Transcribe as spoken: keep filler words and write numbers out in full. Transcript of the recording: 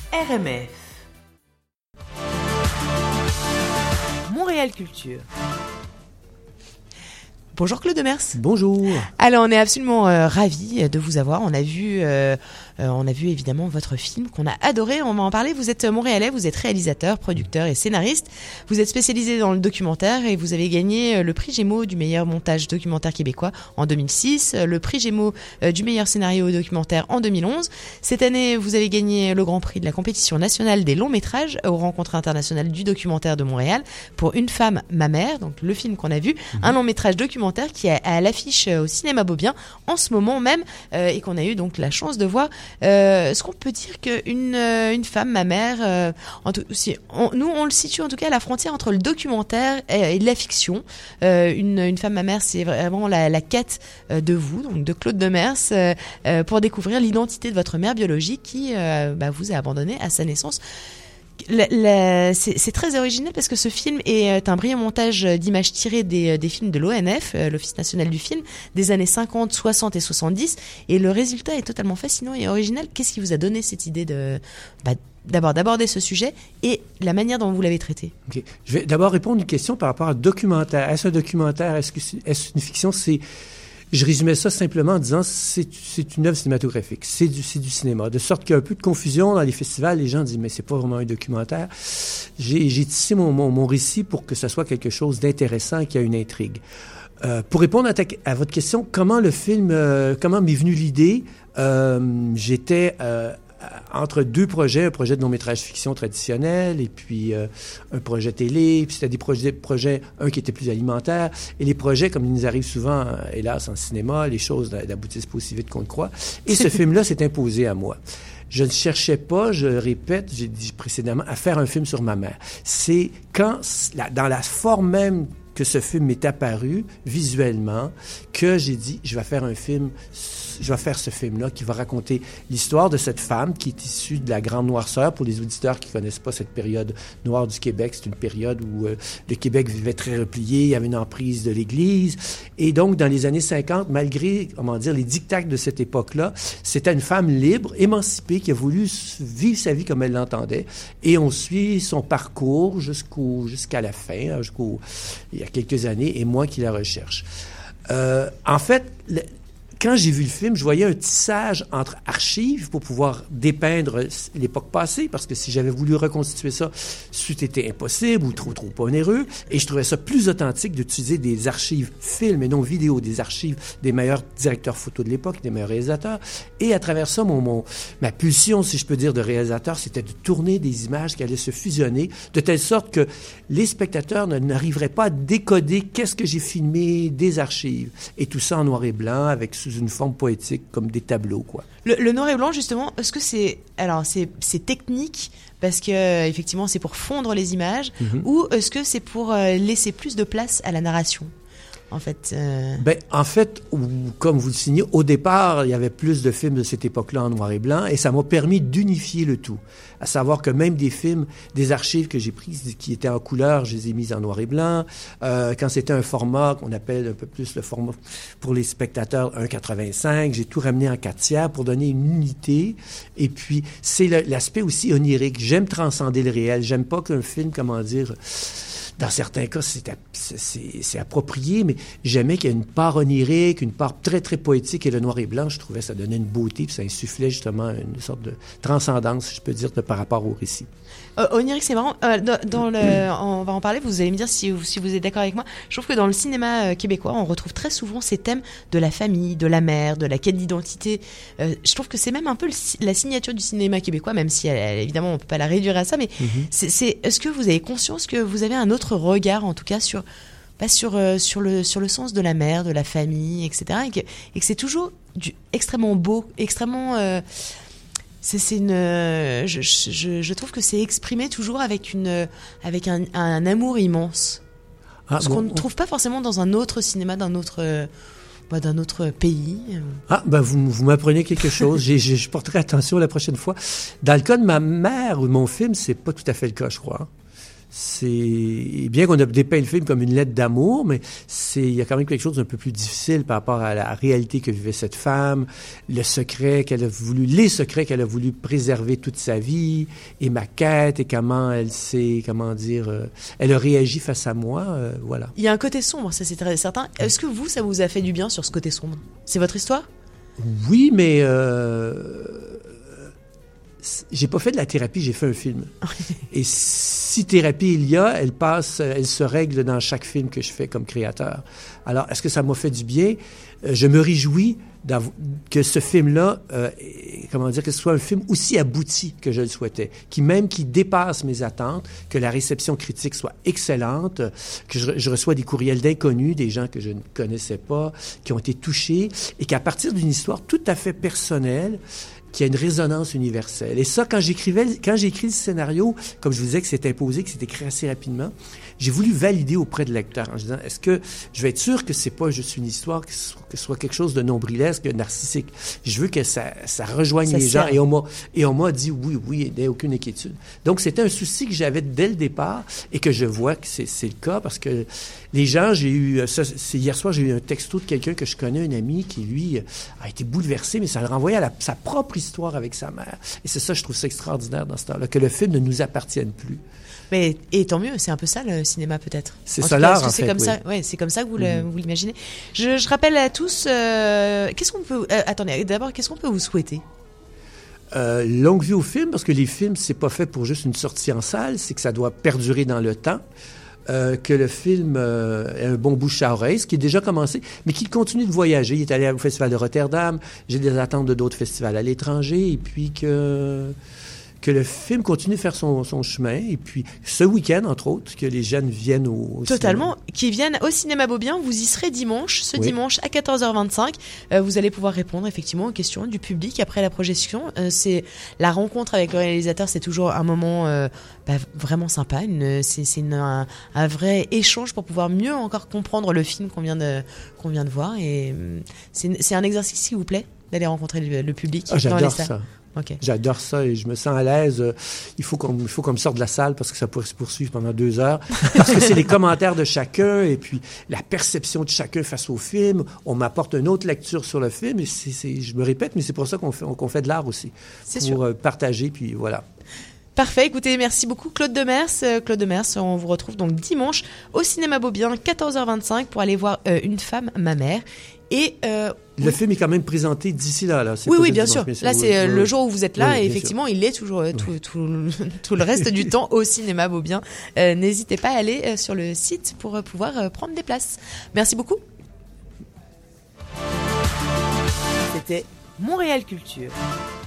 R M F Montréal Culture. Bonjour Claude Demers. Bonjour. Alors on est absolument euh, ravis de vous avoir. On a vu, euh, euh, on a vu évidemment votre film qu'on a adoré. On va en parler. Vous êtes montréalais, vous êtes réalisateur, producteur et scénariste. Vous êtes spécialisé dans le documentaire et vous avez gagné le prix Gémeaux du meilleur montage documentaire québécois en deux mille six, le prix Gémeaux euh, du meilleur scénario documentaire en deux mille onze. Cette année, vous avez gagné le grand prix de la compétition nationale des longs métrages aux rencontres internationales du documentaire de Montréal pour Une femme, ma mère, donc le film qu'on a vu, mmh. un long métrage documentaire qui est à l'affiche au cinéma Beaubien en ce moment même euh, et qu'on a eu donc la chance de voir. Euh, est-ce qu'on peut dire qu'une euh, une femme, ma mère, euh, en tout, si, on, nous on le situe en tout cas à la frontière entre le documentaire et, et la fiction. Euh, une, une femme, ma mère, c'est vraiment la, la quête euh, de vous, donc de Claude Demers, euh, euh, pour découvrir l'identité de votre mère biologique qui euh, bah, vous a abandonné à sa naissance. La, la, c'est, c'est très original parce que ce film est un brillant montage d'images tirées des, des films de l'O N F, l'Office national du film, des années cinquante, soixante et soixante-dix, et le résultat est totalement fascinant et original. Qu'est-ce qui vous a donné cette idée de, bah, d'abord d'aborder ce sujet et la manière dont vous l'avez traité? Okay. Je vais d'abord répondre à une question par rapport à documentaire. Est-ce un documentaire? Est-ce que c'est, est-ce une fiction? C'est Je résumais ça simplement en disant c'est c'est une œuvre cinématographique, c'est du c'est du cinéma, de sorte qu'il y a un peu de confusion dans les festivals. Les gens disent mais c'est pas vraiment un documentaire. J'ai j'ai tissé mon mon, mon récit pour que ça soit quelque chose d'intéressant et qui a une intrigue. Euh, pour répondre à, ta, à votre question, comment le film, euh, comment m'est venue l'idée? Euh, j'étais euh, entre deux projets, un projet de long-métrage fiction traditionnel et puis euh, un projet télé, puis c'était des projets, projets, un qui était plus alimentaire, et les projets, comme il nous arrive souvent, euh, hélas, en cinéma, les choses n'aboutissent pas aussi vite qu'on le croit, et ce film-là s'est imposé à moi. Je ne cherchais pas, je répète, j'ai dit précédemment, à faire un film sur ma mère. C'est quand, dans la forme même que ce film m'est apparu visuellement, que j'ai dit, je vais faire un film, je vais faire ce film-là qui va raconter l'histoire de cette femme qui est issue de la Grande Noirceur. Pour les auditeurs qui connaissent pas cette période noire du Québec, c'est une période où euh, le Québec vivait très replié, il y avait une emprise de l'Église. Et donc, dans les années cinquante, malgré, comment dire, les dictats de cette époque-là, c'était une femme libre, émancipée, qui a voulu vivre sa vie comme elle l'entendait. Et on suit son parcours jusqu'au, jusqu'à la fin, jusqu'au, il y a quelques années, et moi qui la recherche. Euh, en fait, le, quand j'ai vu le film, je voyais un tissage entre archives pour pouvoir dépeindre l'époque passée, parce que si j'avais voulu reconstituer ça, c'eût été impossible ou trop, trop onéreux. Et je trouvais ça plus authentique d'utiliser des archives films et non vidéo, des archives des meilleurs directeurs photo de l'époque, des meilleurs réalisateurs. Et à travers ça, mon, mon, ma pulsion, si je peux dire, de réalisateur, c'était de tourner des images qui allaient se fusionner de telle sorte que les spectateurs n'arriveraient pas à décoder qu'est-ce que j'ai filmé des archives. Et tout ça en noir et blanc, avec sous une forme poétique, comme des tableaux, quoi. Le, le noir et blanc, justement, est-ce que c'est... Alors, c'est, c'est technique, parce que, euh, effectivement, c'est pour fondre les images, mm-hmm. ou est-ce que c'est pour euh, laisser plus de place à la narration? En fait, euh... ben, en fait, ou, comme vous le signez, au départ, il y avait plus de films de cette époque-là en noir et blanc, et ça m'a permis d'unifier le tout. À savoir que même des films, des archives que j'ai prises qui étaient en couleur, je les ai mises en noir et blanc. Euh, quand c'était un format qu'on appelle un peu plus le format pour les spectateurs un quatre-vingt-cinq, j'ai tout ramené en quatre tiers pour donner une unité. Et puis, c'est le, l'aspect aussi onirique. J'aime transcender le réel. J'aime pas qu'un film, comment dire... Dans certains cas, c'est, c'est, c'est approprié, mais j'aimais qu'il y ait une part onirique, une part très, très poétique, et le noir et blanc, je trouvais que ça donnait une beauté, puis ça insufflait justement une sorte de transcendance, si je peux dire, de, par rapport au récit. Euh, onirique, c'est marrant. Euh, dans, dans le, on va en parler, vous allez me dire si, si vous êtes d'accord avec moi. Je trouve que dans le cinéma euh, québécois, on retrouve très souvent ces thèmes de la famille, de la mère, de la quête d'identité. Euh, je trouve que c'est même un peu le, la signature du cinéma québécois, même si elle, elle, évidemment on peut pas la réduire à ça, mais mm-hmm. c'est, c'est, est-ce que vous avez conscience que vous avez un autre regard, en tout cas, sur, bah, sur, euh, sur, le, sur le sens de la mère, de la famille, et cetera, et que, et que c'est toujours du, extrêmement beau, extrêmement... Euh, C'est, c'est une, je, je, je trouve que c'est exprimé toujours avec une, avec un, un amour immense. Ah, ce bon, qu'on ne on... trouve pas forcément dans un autre cinéma, d'un autre, bah, d'un autre pays. Ah, ben vous, vous m'apprenez quelque chose. j'ai, j'ai, je porterai attention la prochaine fois. Dans le cas de ma mère ou de mon film, c'est pas tout à fait le cas, je crois. c'est bien qu'on a dépeint le film comme une lettre d'amour, mais c'est il y a quand même quelque chose d'un peu plus difficile par rapport à la réalité que vivait cette femme, le secret qu'elle a voulu, les secrets qu'elle a voulu préserver toute sa vie, et ma quête et comment elle s'est, comment dire, euh, elle a réagi face à moi, euh, voilà. Il y a un côté sombre, ça c'est très certain. Est-ce que vous, ça vous a fait du bien sur ce côté sombre? C'est votre histoire? Oui, mais euh, j'ai pas fait de la thérapie, j'ai fait un film. Et si thérapie il y a, elle passe, elle se règle dans chaque film que je fais comme créateur. Alors, est-ce que ça m'a fait du bien? Je me réjouis que ce film-là, euh, comment dire, que ce soit un film aussi abouti que je le souhaitais, qui même qui dépasse mes attentes, que la réception critique soit excellente, que je, je reçois des courriels d'inconnus, des gens que je ne connaissais pas, qui ont été touchés, et qu'à partir d'une histoire tout à fait personnelle, qui a une résonance universelle. Et ça, quand j'écrivais, quand j'ai écrit le scénario, comme je vous disais que c'était imposé, que c'était écrit assez rapidement, j'ai voulu valider auprès de lecteur en disant, est-ce que je vais être sûr que c'est pas juste une histoire, que ce soit, que ce soit quelque chose de nombrilesque, narcissique. Je veux que ça, ça rejoigne ça les gens. Et on m'a, et on m'a dit oui, oui, il n'y a aucune inquiétude. Donc, c'était un souci que j'avais dès le départ et que je vois que c'est, c'est le cas parce que les gens, j'ai eu, ça, c'est, hier soir, j'ai eu un texto de quelqu'un que je connais, un ami qui, lui, a été bouleversé, mais ça le renvoyait à la, sa propre histoire avec sa mère. Et c'est ça, je trouve ça extraordinaire dans ce temps-là, que le film ne nous appartienne plus. Mais, et tant mieux, c'est un peu ça le cinéma peut-être. C'est ça l'art, en c'est fait, comme oui. ça, ouais, c'est comme ça que vous, mm-hmm. le, vous l'imaginez. Je, je rappelle à tous, euh, qu'est-ce qu'on peut... Euh, attendez, d'abord, qu'est-ce qu'on peut vous souhaiter? Euh, longue vie au film, parce que les films, c'est pas fait pour juste une sortie en salle, c'est que ça doit perdurer dans le temps. Euh, que le film euh, ait un bon bouche à oreille, ce qui est déjà commencé, mais qu'il continue de voyager. Il est allé au Festival de Rotterdam, j'ai des attentes de d'autres festivals à l'étranger, et puis que, que le film continue de faire son, son chemin, et puis ce week-end, entre autres, que les jeunes viennent au, au Totalement, cinéma. Qui viennent au Cinéma Beaubien, vous y serez dimanche, ce oui. dimanche à quatorze heures vingt-cinq. Euh, vous allez pouvoir répondre effectivement aux questions du public après la projection. Euh, c'est la rencontre avec le réalisateur, c'est toujours un moment euh, bah, vraiment sympa. Une, c'est c'est une, un, un vrai échange pour pouvoir mieux encore comprendre le film qu'on vient de, qu'on vient de voir. Et c'est, c'est un exercice qui vous plaît d'aller rencontrer le, le public ah, dans les salles. J'adore ça. Okay. J'adore ça et je me sens à l'aise. Il faut qu'on, il faut qu'on me sorte de la salle parce que ça pourrait se poursuivre pendant deux heures. Parce que c'est les commentaires de chacun et puis la perception de chacun face au film. On m'apporte une autre lecture sur le film et c'est, c'est, je me répète, mais c'est pour ça qu'on fait, qu'on fait de l'art aussi. C'est pour sûr. partager, puis voilà. Parfait, écoutez, merci beaucoup Claude Demers. Euh, Claude Demers, on vous retrouve donc dimanche au Cinéma Beaubien, quatorze heures vingt-cinq, pour aller voir euh, Une femme, ma mère. Et euh, le oui. film est quand même présenté d'ici là. là. C'est oui, oui, bien sûr. Là, c'est euh, oui, le oui. jour où vous êtes là, oui, et effectivement, sûr. Il est toujours euh, tout, oui. tout, tout, tout le reste du temps au Cinéma Beaubien. Euh, n'hésitez pas à aller euh, sur le site pour euh, pouvoir euh, prendre des places. Merci beaucoup. C'était Montréal Culture.